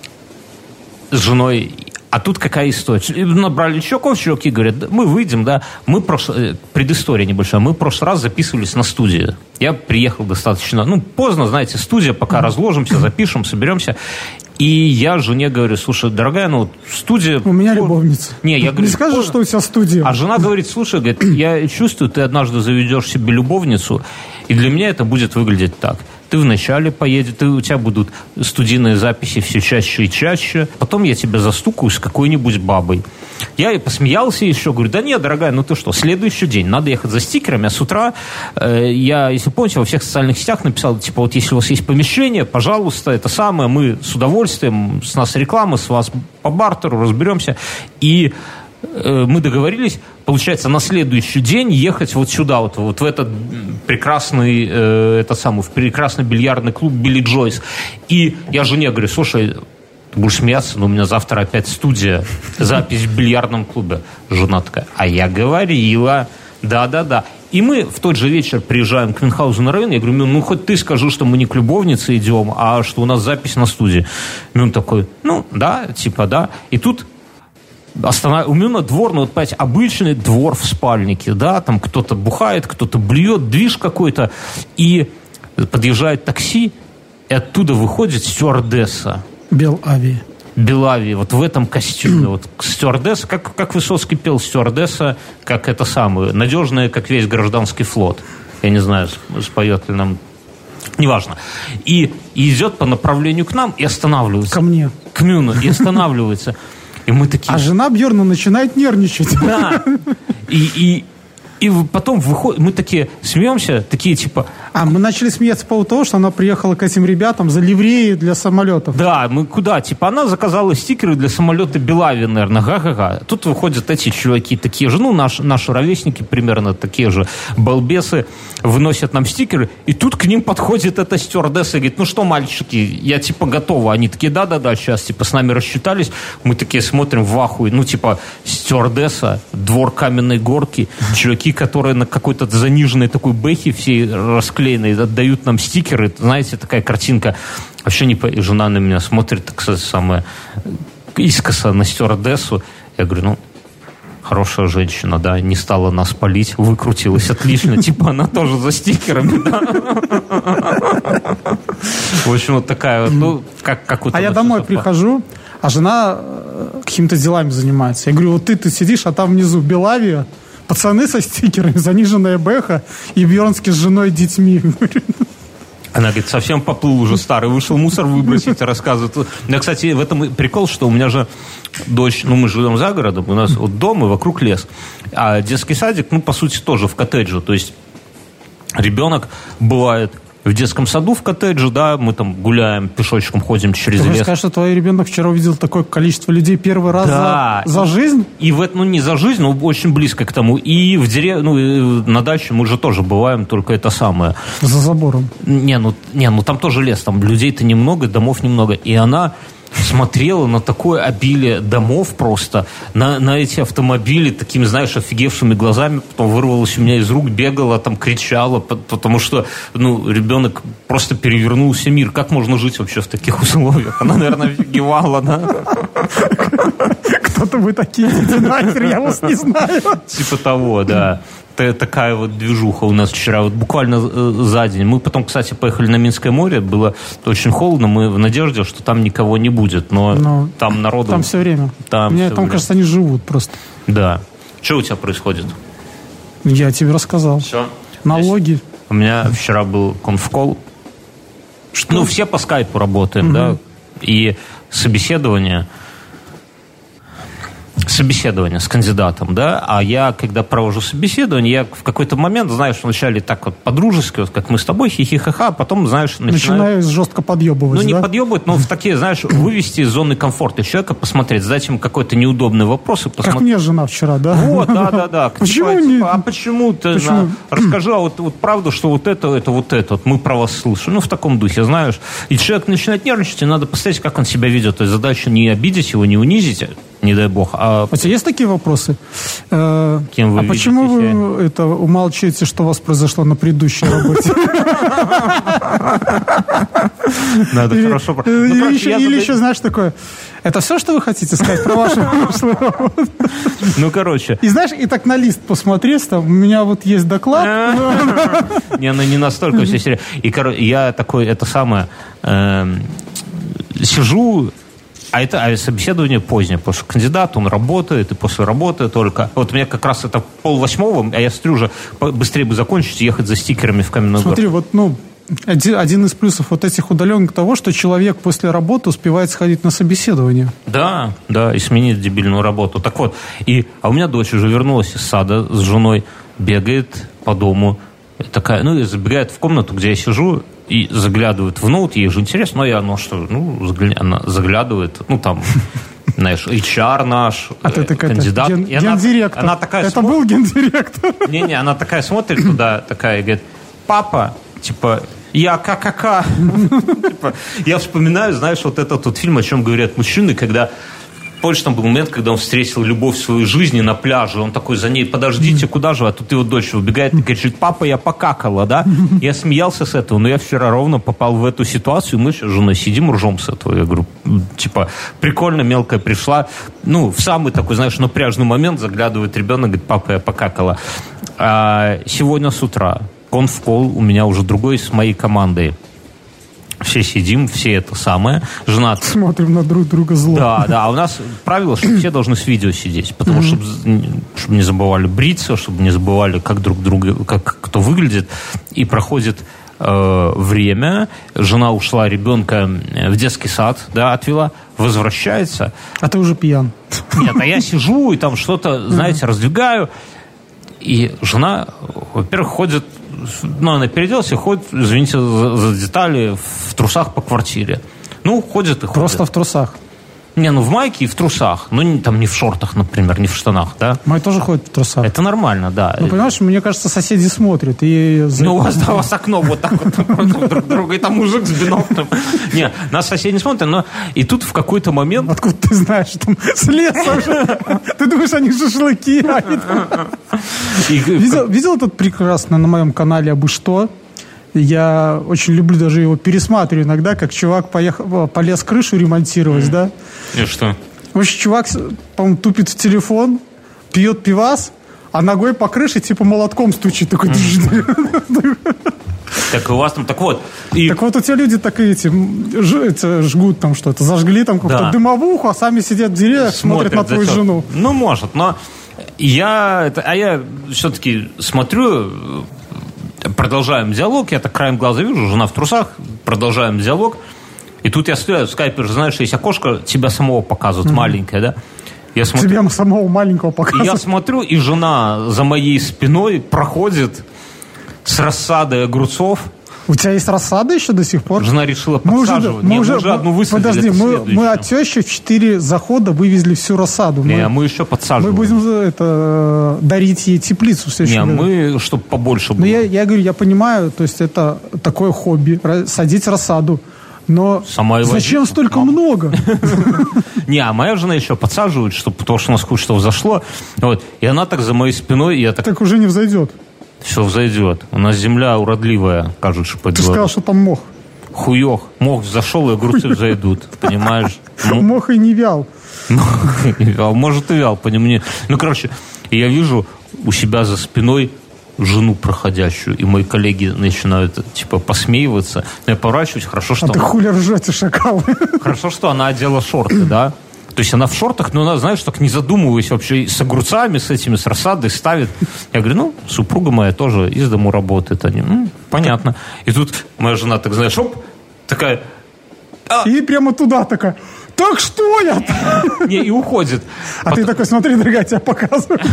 с женой. А тут какая история? Набрали чуваков, чуваки говорят, мы выйдем, да. Мы прошлый... Предыстория небольшая. Мы в прошлый раз записывались на студию. Я приехал достаточно, ну, поздно, знаете, студия, пока mm-hmm. разложимся, запишем, соберемся. И я жене говорю, слушай, дорогая, ну, студия... У меня любовница. Не, я говорю... Не скажешь, поздно. Что у тебя студия. А жена говорит, слушай, говорит, я чувствую, ты однажды заведешь себе любовницу, и для меня это будет выглядеть так. Ты вначале поедешь, ты, у тебя будут студийные записи все чаще и чаще, потом я тебя застукаю с какой-нибудь бабой. Я и посмеялся еще, говорю, да нет, дорогая, ну ты что, следующий день, надо ехать за стикерами, а с утра э, я, если помните, во всех социальных сетях написал, типа, вот если у вас есть помещение, пожалуйста, это самое, мы с удовольствием, с нас реклама, с вас по бартеру разберемся, и э, мы договорились, получается, на следующий день ехать вот сюда, вот, вот в этот прекрасный, э, это самый, в прекрасный бильярдный клуб Билли Джойс. И я жене говорю, слушай, ты будешь смеяться, но у меня завтра опять студия, запись в бильярдном клубе. Жена такая, а я говорила, да-да-да. И мы в тот же вечер приезжаем к Мюнхгаузену район. Я говорю, ну, хоть ты скажи, что мы не к любовнице идем, а что у нас запись на студии. Мюн такой, ну, да, типа, да. И тут останов... у Мюна двор, ну, вот, понимаете, обычный двор в спальнике, да, там кто-то бухает, кто-то блюет, движ какой-то. И подъезжает такси, и оттуда выходит стюардесса. Белавия. Белавии, вот в этом костюме. Вот стюардесса, как, как Высоцкий пел, стюардесса, как это самое, надежная, как весь гражданский флот. Я не знаю, споет ли нам, неважно. И, и идет по направлению к нам и останавливается. Ко мне. К Мюну, и останавливается. И мы такие... А жена Бьерна начинает нервничать. Да. И, и, и потом выходим, мы такие смеемся, такие типа... А мы начали смеяться по поводу того, что она приехала к этим ребятам за ливреи для самолетов. Да, мы куда? Типа она заказала стикеры для самолета Белави, наверное, га-га-га. Тут выходят эти чуваки такие же, ну, наш, наши ровесники примерно такие же балбесы, выносят нам стикеры, и тут к ним подходит эта стюардесса и говорит, ну что, мальчики, я типа готова. Они такие, да-да-да, сейчас типа с нами рассчитались. Мы такие смотрим в ахуе, ну типа стюардесса, двор Каменной Горки, чуваки, которые на какой-то заниженной такой бэхе все расклеены, отдают нам стикеры, знаете, такая картинка. Вообще не по... И жена на меня смотрит, так самое, искоса на стюардессу. Я говорю, ну, хорошая женщина, да, не стала нас палить, выкрутилась отлично. Типа она тоже за стикерами, да. В общем, вот такая вот, ну, как, как вот... А я домой прихожу, а жена какими-то делами занимается. Я говорю, вот ты, ты сидишь, а там внизу Белавия, пацаны со стикерами, заниженная бэха и Бьернский с женой и детьми. Она говорит, совсем поплыл уже старый, вышел мусор выбросить, рассказывает. Я, кстати, в этом прикол, что у меня же дочь, ну, мы живем за городом, у нас вот дом и вокруг лес. А детский садик, ну, по сути, тоже в коттедже. То есть ребенок бывает в детском саду в коттедже, да, мы там гуляем, пешочком ходим через Ты лес. Ты скажешь, что твой ребенок вчера увидел такое количество людей первый раз да. за, за жизнь? И в это, ну, не за жизнь, но очень близко к тому. И в деревне, ну, и на даче мы же тоже бываем, только это самое. За забором. Не, ну, не, ну там тоже лес, там людей-то немного, домов немного. И она смотрела на такое обилие домов просто, на, на эти автомобили такими, знаешь, офигевшими глазами, потом вырвалась у меня из рук, бегала, там кричала, потому что, ну, ребенок просто перевернулся мир. Как можно жить вообще в таких условиях? Она, наверное, офигевала, да? Кто-то вы такие, идите нахер, я вас не знаю. Типа того, да. Такая вот движуха у нас вчера, вот буквально за день. Мы потом, кстати, поехали на Минское море, было очень холодно, мы в надежде, что там никого не будет, но, но там народу... Там все время. Там, Мне, все там время. Кажется, они живут просто. Да. Что у тебя происходит? Я тебе рассказал. Все? Налоги. У меня вчера был конфкол. Что? Ну, все по скайпу работаем, угу. да, и собеседование... собеседование с кандидатом, да, а я, когда провожу собеседование, я в какой-то момент, знаешь, вначале так вот по-дружески, вот как мы с тобой, хихи-ха-ха, а потом, знаешь, начинаю... Начинаю жестко подъебывать, Ну, не да? подъебывать, но в такие, знаешь, вывести из зоны комфорта человека, посмотреть, задать ему какой-то неудобный вопрос и посмотреть... Как мне жена вчера, да? Вот, да-да-да. Почему типа, не... типа, а почему ты... Почему? На... Расскажи, а вот, вот правда, что вот это, это вот это, вот мы про вас слышим. Ну, в таком духе, знаешь. И человек начинает нервничать, и надо посмотреть, как он себя ведет. То есть задача не обидеть его, не унизить, не дай бог, а... У тебя есть такие вопросы? Э, Кем вы а почему себя? вы это, умалчиваете, что у вас произошло на предыдущей работе? Надо хорошо... Или еще, знаешь, такое... Это все, что вы хотите сказать про вашу прошлую работу? Ну, короче... И знаешь, и так на лист посмотреть, там, у меня вот есть доклад. Не, ну не настолько все серьезно. И, короче, я такой, это самое... Сижу... А это а собеседование позднее, потому что кандидат, он работает, и после работы только... Вот у меня как раз это полвосьмого, а я смотрю уже быстрее бы закончить и ехать за стикерами в Каменную Горку. Смотри, вот, ну, один, один из плюсов вот этих удаленок того, что человек после работы успевает сходить на собеседование. Да, да, и сменить дебильную работу. Так вот, и, а у меня дочь уже вернулась из сада с женой, бегает по дому, такая, ну, и забегает в комнату, где я сижу, и заглядывает в ноут, ей же интересно, но я, ну что, ну, загля... она заглядывает, ну, там, знаешь, эйч ар наш, а ты такая, кандидат. Ген, и она, гендиректор. Она такая Это смотр... был гендиректор. Не-не, она такая смотрит туда, такая, и говорит, папа, типа, Я ка-ка-ка. Я вспоминаю, знаешь, вот этот вот фильм, о чем говорят мужчины, когда... Помнишь, там был момент, когда он встретил любовь в своей жизни на пляже, он такой за ней, подождите, куда же, а тут его дочь выбегает и кричит, папа, я покакала, да? Я смеялся с этого, но я вчера ровно попал в эту ситуацию, мы с женой сидим, ржем с этого. Я говорю, типа, прикольно, мелкая пришла, ну, в самый такой, знаешь, напряжный момент заглядывает ребенок, говорит, папа, я покакала. А сегодня с утра конф-колл у меня уже другой с моей командой. Все сидим, все это самое. Жена... Смотрим на друг друга зло. Да, да. А у нас правило, что все должны с видео сидеть. Потому что, чтобы не забывали бриться, чтобы не забывали, как друг друга, как кто выглядит. И проходит э, время. Жена ушла ребенка в детский сад, да, отвела. Возвращается. А ты уже пьян. Нет, а я сижу и там что-то, знаете, раздвигаю. И жена, во-первых, ходит... Ну, она переоделась и ходит, извините за, за детали, в трусах по квартире. Ну, ходит и ходит. Просто в трусах? Не, ну в майке и в трусах. Ну, не, там не в шортах, например, не в штанах, да? Мои тоже ходят в трусах. Это нормально, да. Ну, понимаешь, мне кажется, соседи смотрят. И... Ну, у вас, да, у вас окно вот так вот друг друга, и там мужик с биноклем. Не, нас соседи смотрят, но и тут в какой-то момент... Откуда ты знаешь, там с леса уже? Ты думаешь, они шашлыки? Видел этот прекрасно на моем канале «Абы что»? Я очень люблю даже его пересматривать иногда, как чувак поехал, полез крышу ремонтировать, mm. да? И что? В общем, чувак, по-моему, тупит в телефон, пьет пивас, а ногой по крыше типа молотком стучит. Такой... Mm. Так у вас там, так вот... И... Так вот у тебя люди так эти, ж, эти жгут там что-то, зажгли там какую-то да. дымовуху, а сами сидят в деревьях, смотрят, смотрят на твою жену. Ну, может, но я... А я все-таки смотрю... Продолжаем диалог, я так краем глаза вижу, жена в трусах, продолжаем диалог, и тут я стою, в скайпе же, знаешь, есть окошко, тебя самого показывают, mm-hmm. маленькое, да? Я смотрю, тебя самого маленького показывают. И я смотрю, и жена за моей спиной проходит с рассадой огурцов. У тебя есть рассада еще до сих пор? Жена решила подсаживать. Мы уже, мы уже, одну высадили. Подожди, мы, мы от тещи в четыре захода вывезли всю рассаду. Не, мы, мы еще подсаживаем. Мы будем это, дарить ей теплицу. В не, мы, чтобы побольше было. Но я, я говорю, я понимаю, то есть это такое хобби, садить рассаду. Но сама зачем столько мама. много? Не, а моя жена еще подсаживает, чтобы, потому что у нас кое-что взошло. Вот, и она так за моей спиной... Я так... так уже не взойдет. Все взойдет. У нас земля уродливая, кажут, что Ты сказал, что там мох. Хуёх. Мох взошел, и огурцы взойдут. Понимаешь? Мох и не вял. Может, и вял, по нему. Ну, короче, я вижу у себя за спиной жену проходящую, и мои коллеги начинают, типа, посмеиваться. Я поворачиваюсь, хорошо, что... А ты хули ржете, шакалы? Хорошо, что она одела шорты, да? То есть она в шортах, но она, знаешь, так не задумываясь вообще с огурцами, с этими, с рассадой ставит. Я говорю, ну, супруга моя тоже из дому работает. Они, ну, понятно. И тут моя жена, так знаешь, оп, такая... А! И прямо туда такая... Так что я? Не, и уходит. А потом... ты такой, смотри, дорогая, тебя показывают.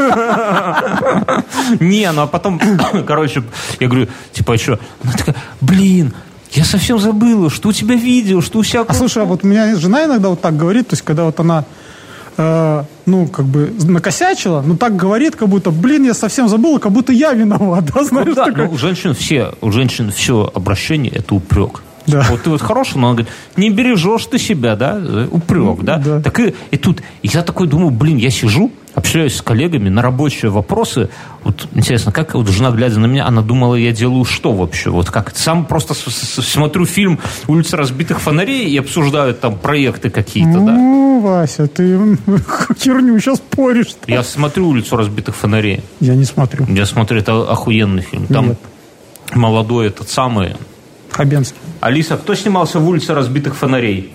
Не, ну а потом, короче, я говорю, типа, а что? Она такая, блин, я совсем забыла, что у тебя видео, что у себя... А слушай, а вот у меня жена иногда вот так говорит, то есть когда вот она, э, ну, как бы накосячила, ну, так говорит, как будто, блин, я совсем забыла, как будто я виноват, да, знаешь? Ну, да, такое? ну, у женщин все, у женщин все обращение – это упрек. Да. Вот ты вот хороший, но он говорит, не бережешь ты себя, да, упрек, да. да. Так и, и тут я такой думаю, блин, я сижу, общаюсь с коллегами на рабочие вопросы. Вот интересно, как вот жена, глядя на меня, она думала, я делаю что вообще? Вот как? Сам просто с- с- смотрю фильм «Улица разбитых фонарей» и обсуждаю там проекты какие-то, да. Ну, Вася, ты херню сейчас поришь. Я смотрю «Улицу разбитых фонарей». Я не смотрю. Я смотрю, это охуенный фильм. Там Нет. молодой этот самый... Хабенский. Алиса, кто снимался в «Улице разбитых фонарей»?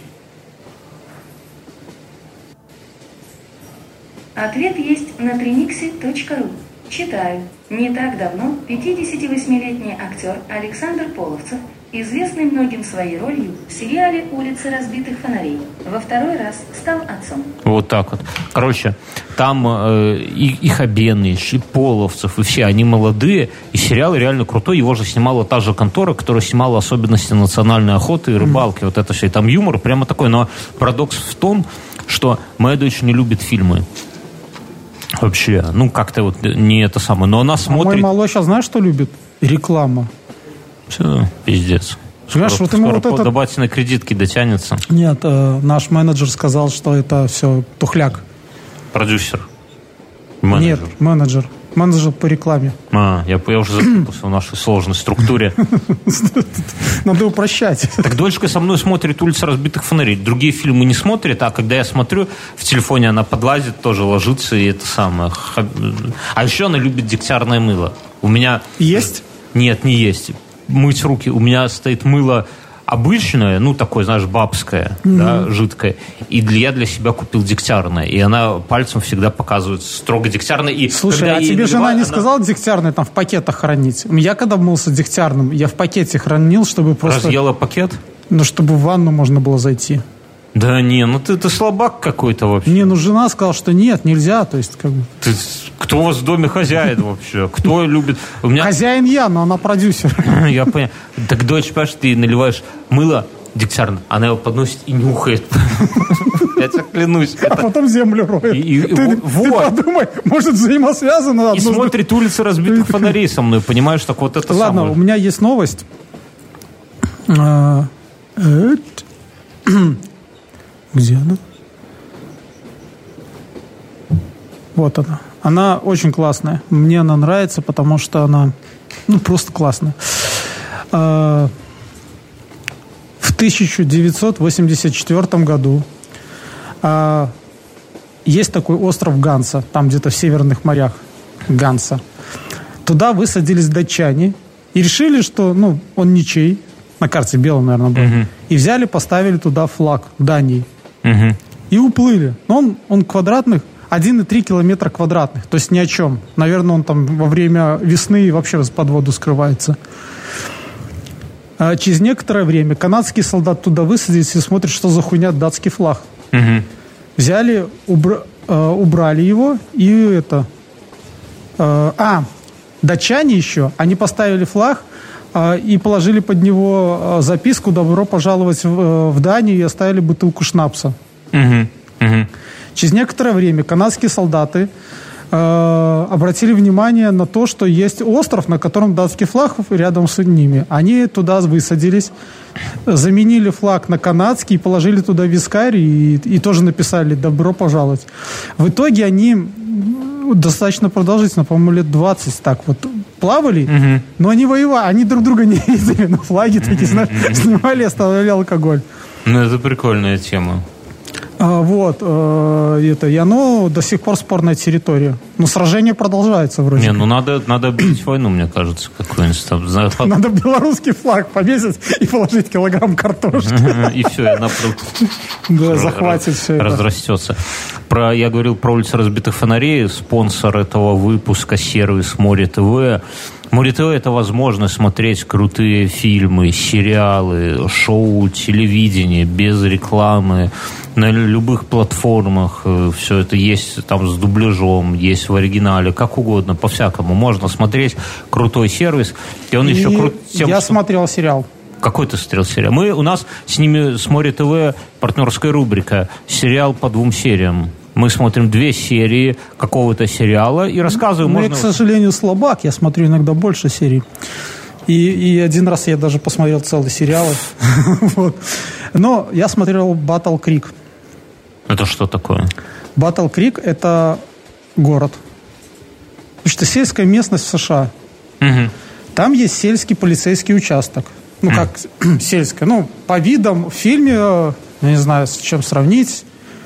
Ответ есть на триникси точка ру. Читаю. Не так давно пятидесятивосьмилетний актер Александр Половцев, известный многим своей ролью в сериале «Улицы разбитых фонарей», во второй раз стал отцом. Вот так вот. Короче, там э, и, и Хабенный, и Половцев, и все, они молодые, и сериал реально крутой. Его же снимала та же контора, которая снимала «Особенности национальной охоты и рыбалки». Mm-hmm. Вот это все. И там юмор прямо такой. Но парадокс в том, что моя дочь не любит фильмы. Вообще, ну как-то вот не это самое. Но она смотрит... А мой малой сейчас знаешь, что любит? Реклама. Все, пиздец. Знаешь, скоро, вот ему скоро вот это... до батиной кредитки дотянется. Нет, э, наш менеджер сказал, что это все тухляк. Продюсер. Менеджер. Нет, менеджер. Менеджер по рекламе. А, я, я уже запутался в нашей сложной структуре. Надо упрощать. Так дочка со мной смотрит «Улица разбитых фонарей». Другие фильмы не смотрит, а когда я смотрю, в телефоне она подлазит, тоже ложится, и это самое. А еще она любит дегтярное мыло. У меня... Есть? Нет, не есть. Мыть руки. У меня стоит мыло обычное, ну, такое, знаешь, бабское, mm-hmm. да, жидкое. И для, я для себя купил дегтярное. И она пальцем всегда показывает строго дегтярное. И слушай, а тебе наливаю, жена не она... сказала дегтярное там в пакетах хранить? Я когда мылся дегтярным, я в пакете хранил, чтобы просто... Разъела пакет? Ну, чтобы в ванну можно было зайти. Да не, ну ты, ты слабак какой-то вообще. Не, ну жена сказала, что нет, нельзя, то есть как бы... Ты, кто у вас в доме хозяин вообще? Кто любит... У меня... Хозяин я, но она продюсер. Я понял. Так, дочь, понимаешь, ты наливаешь мыло дегтярное, она его подносит и нюхает. Я тебе клянусь. А потом землю роет. Ты подумай, может, взаимосвязано. И смотрит «Улицы разбитых фонарей» со мной, понимаешь, так вот это самое. Ладно, у меня есть новость. Где она? Вот она. Она очень классная. Мне она нравится, потому что она, ну, просто классная. В тысяча девятьсот восемьдесят четвёртом году есть такой остров Ганса, там где-то в северных морях Ганса. Туда высадились датчане и решили, что, ну, он ничей, на карте белым, наверное, был, угу. и взяли, поставили туда флаг Дании. Угу. И уплыли. Но он, он квадратных, один и три километра квадратных, то есть ни о чем. Наверное, он там во время весны вообще под воду скрывается. А через некоторое время канадские солдаты туда высадились и смотрят, что за хуйня датский флаг. Угу. Взяли, убра, э, убрали его и это... Э, а, датчане еще, они поставили флаг э, и положили под него э, записку «Добро пожаловать в, э, в Данию» и оставили бутылку шнапса. Угу. Угу. Через некоторое время канадские солдаты э, обратили внимание на то, что есть остров, на котором датский флаг рядом с ними. Они туда высадились, заменили флаг на канадский, положили туда вискарь и, и тоже написали «Добро пожаловать». В итоге они достаточно продолжительно, по-моему, лет двадцать так вот плавали, угу. но они воевали, они друг друга не видели, но флаги такие, знаешь, снимали и оставляли алкоголь. Ну, это прикольная тема. А, вот, э, это, и оно до сих пор спорная территория. Но сражение продолжается вроде. Не, ну надо, надо объявить войну, мне кажется, какой-нибудь там. Надо белорусский флаг повесить и положить килограмм картошки. И все, и она захватит все это. Разрастется. Про, я говорил про «Улицы разбитых фонарей», спонсор этого выпуска — сервис Море ТВ. Море ТВ — это возможность смотреть крутые фильмы, сериалы, шоу, телевидение без рекламы на любых платформах. Все это есть там с дубляжом, есть в оригинале, как угодно, по-всякому. Можно смотреть. Крутой сервис. И он и еще крут тем, я что... смотрел сериал. Какой ты смотрел сериал? Мы, у нас с ними, с Море ТВ, партнерская рубрика «Сериал по двум сериям». Мы смотрим две серии какого-то сериала и рассказываем... Ну, можно... я, к сожалению, слабак. Я смотрю иногда больше серий. И, и один раз я даже посмотрел целый сериал. вот. Но я смотрел «Батл Крик». Это что такое? «Батл Крик» — это город. Потому что сельская местность в США. Угу. Там есть сельский полицейский участок. Ну, как сельская. Ну, по видам в фильме, я не знаю, с чем сравнить.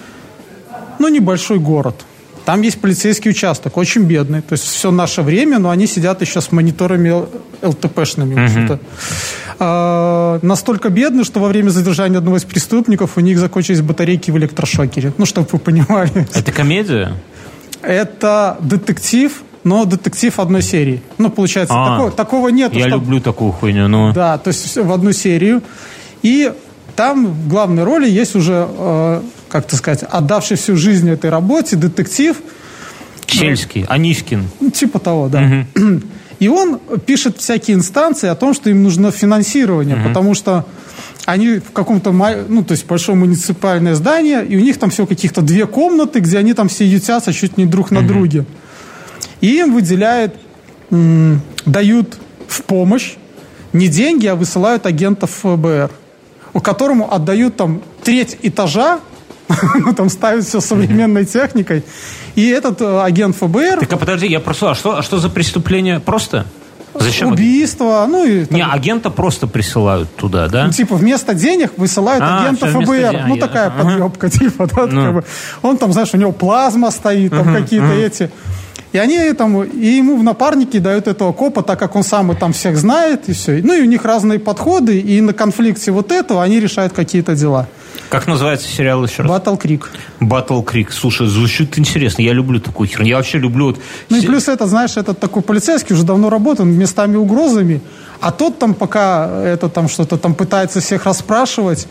Ну, небольшой город. Там есть полицейский участок, очень бедный. То есть все наше время, но они сидят еще с мониторами ЛТПшными. Uh-huh. А, настолько бедны, что во время задержания одного из преступников у них закончились батарейки в электрошокере. Ну, чтобы вы понимали. Это комедия? Это детектив, но детектив одной серии. Ну, получается, а, такого, такого нет. Я чтобы... люблю такую хуйню. Но... Да, то есть в одну серию. И там в главной роли есть уже... Э, как так сказать, отдавший всю жизнь этой работе, детектив. Сельский, Анискин. Ну, типа того, да. Угу. И он пишет всякие инстанции о том, что им нужно финансирование, угу. потому что они в каком-то, ну, то есть большое муниципальное здание, и у них там всего каких-то две комнаты, где они там все ютятся чуть не друг на угу. друге. И им выделяют, м- дают в помощь не деньги, а высылают агентов эф бэ эр, у которому отдают там треть этажа, ну, там ставят все современной техникой, и этот агент эф бэ эр... Так, а подожди, я просто... А что, а что за преступление? Просто? Зачем? Убийство, ну и... Не, агента просто присылают туда, да? Ну, типа, вместо денег высылают а, агента эф бэ эр. Ну, такая ага. подъебка, типа, да, ну. как бы. Он там, знаешь, у него плазма стоит, там uh-huh, какие-то uh-huh. эти... И они там, и ему в напарники дают этого копа, так как он сам и там всех знает, и все. Ну, и у них разные подходы, и на конфликте вот этого они решают какие-то дела. Как называется сериал еще раз? Battle Creek. Battle Creek. Слушай, звучит интересно. Я люблю такую херню. Я вообще люблю... Вот... Ну, и плюс это, знаешь, этот такой полицейский уже давно работает, местами угрозами, а тот там пока это там что-то там пытается всех расспрашивать,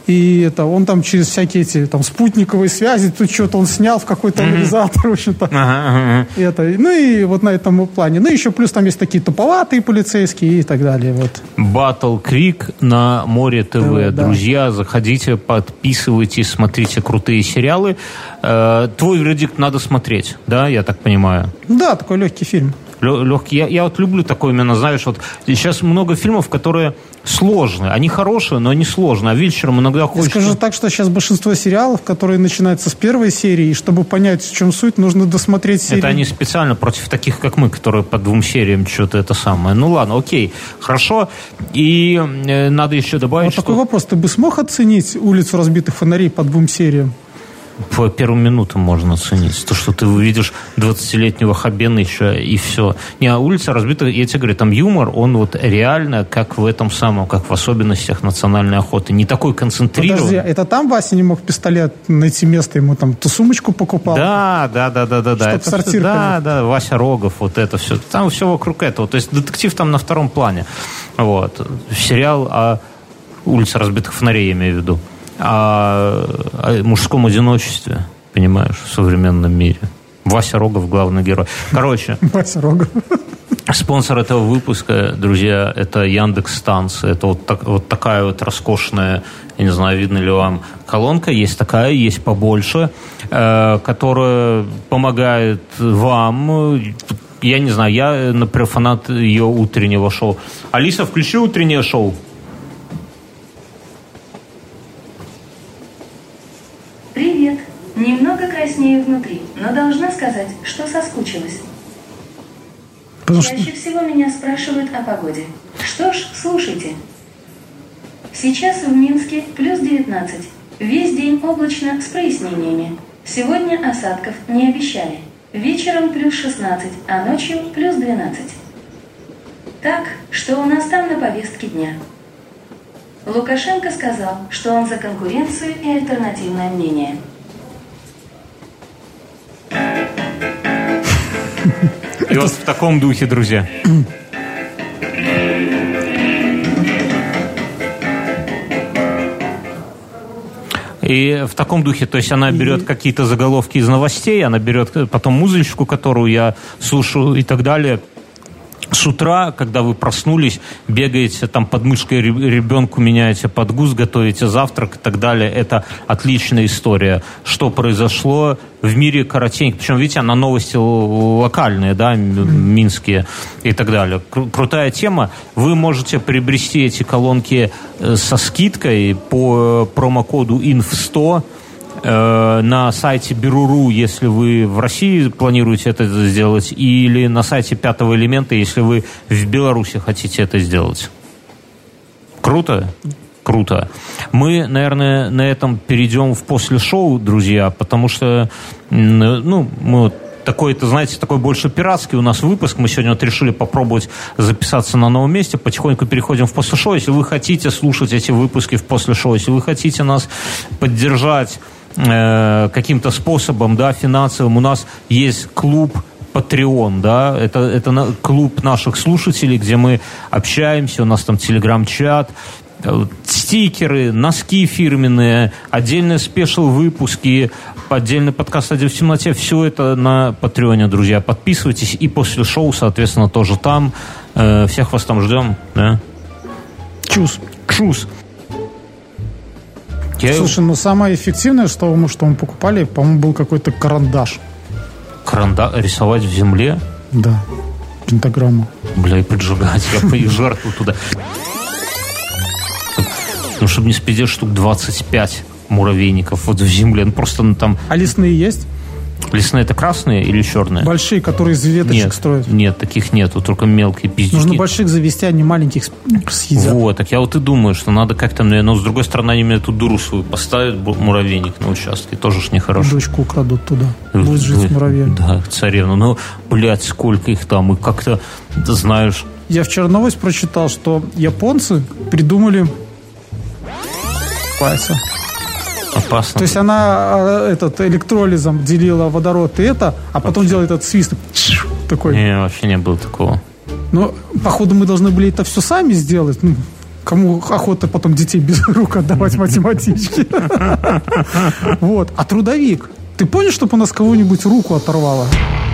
и это, он там через всякие эти там спутниковые связи, тут что-то он снял в какой-то анализатор, mm-hmm. в общем-то. Ага, ага. Это, ну и вот на этом плане. Ну еще плюс там есть такие туповатые полицейские и так далее. Вот. Battle Creek на Море ТВ. Да, друзья, да. Заходите, подписывайтесь, смотрите крутые сериалы. Э, твой вердикт надо смотреть, да, я так понимаю? Да, такой легкий фильм. Легкий. Я, я вот люблю такой именно, знаешь, вот сейчас много фильмов, которые сложные. Они хорошие, но они сложные. А вечером иногда хочется... Я скажу так, что сейчас большинство сериалов, которые начинаются с первой серии, и чтобы понять, в чем суть, нужно досмотреть серию. Это они специально против таких, как мы, которые по двум сериям что-то это самое. Ну ладно, окей, хорошо. И э, надо еще добавить, вот что... такой вопрос. Ты бы смог оценить «Улицу разбитых фонарей» по двум сериям? По первым минутам можно оценить. То, что ты увидишь двадцатилетнего Хабеныча и все. Не, а «Улица разбита», я тебе говорю, там юмор, он вот реально как в этом самом, как в особенностях национальной охоты. Не такой концентрированный. Подожди, это там Вася не мог пистолет найти место, ему там ту сумочку покупал? Да, да, да, да, да. да. Чтобы сортир. Да, да, Вася Рогов, вот это все. Там все вокруг этого. То есть детектив там на втором плане. Вот. Сериал о «Улице разбитых фонарей», я имею в виду. О, о мужском одиночестве, понимаешь, в современном мире. Вася Рогов главный герой. Короче, Вася Рогов. Спонсор этого выпуска, друзья, это Яндекс.Станция. Это вот, так, вот такая вот роскошная, я не знаю, видно ли вам, колонка. Есть такая, есть побольше, э, которая помогает вам. Я не знаю, я, например, фанат ее утреннего шоу. Алиса, включи утреннее шоу. Привет. Немного краснею внутри, но должна сказать, что соскучилась. Потому Чаще что... всего меня спрашивают о погоде. Что ж, слушайте. Сейчас в Минске плюс девятнадцать. Весь день облачно с прояснениями. Сегодня осадков не обещали. Вечером плюс шестнадцать, а ночью плюс двенадцать. Так, что у нас там на повестке дня? Лукашенко сказал, что он за конкуренцию и альтернативное мнение. И вот в таком духе, друзья. И в таком духе, то есть она берет какие-то заголовки из новостей, она берет потом музычку, которую я слушаю и так далее. С утра, когда вы проснулись, бегаете там под мышкой ребенку, меняете подгуз, готовите завтрак и так далее. Это отличная история. Что произошло в мире коротенько. Причем, видите, она новости локальные, да, минские и так далее. Кру- крутая тема. Вы можете приобрести эти колонки со скидкой по промокоду инф сто на сайте Беру.ру, если вы в России планируете это сделать, или на сайте Пятого элемента, если вы в Беларуси хотите это сделать. Круто? Круто. Мы, наверное, на этом перейдем в после шоу, друзья, потому что, ну, мы вот такой, это, знаете, такой больше пиратский у нас выпуск. Мы сегодня вот решили попробовать записаться на новом месте. Потихоньку переходим в после шоу. Если вы хотите слушать эти выпуски в после шоу, если вы хотите нас поддержать каким-то способом, да, финансовым. У нас есть клуб Patreon, да, это, это клуб наших слушателей, где мы общаемся, у нас там телеграм-чат, стикеры, носки фирменные, отдельные спешл-выпуски, отдельный подкаст «Один в темноте». Все это на Патреоне, друзья. Подписывайтесь. И после шоу, соответственно, тоже там. Всех вас там ждем, да? Чус. Чус. Я... Слушай, ну самое эффективное, что мы, что мы покупали, по-моему, был какой-то карандаш. Карандаш? Рисовать в земле? Да. Пентаграмму. Бля, и поджигать. Я и жертву туда. Ну, чтобы не спиздеть, штук двадцать пять муравейников вот в земле. Ну, просто ну, там... А лесные есть? Лесные это красные или черные? Большие, которые из веточек нет, строят. Нет, таких нету, только мелкие пиздюки. Нужно больших завести, а не маленьких съедят. Вот, так я вот и думаю, что надо как-то, но с другой стороны, они мне эту дуру свою поставят, муравейник на участке, тоже ж нехорошо. Дочку украдут туда, будет жить с муравьем. Да, царевна, ну, блядь, сколько их там, и как-то, ты знаешь... Я вчера новость прочитал, что японцы придумали... Пальца. Опасно. То есть она этот электролизом делила водород и это, а потом вообще делает этот свист такой. Не, вообще не было такого. Ну, походу, мы должны были это все сами сделать. Ну, кому охота потом детей без рук отдавать математичке. Вот. А трудовик. Ты понял, чтобы у нас кого-нибудь руку оторвало?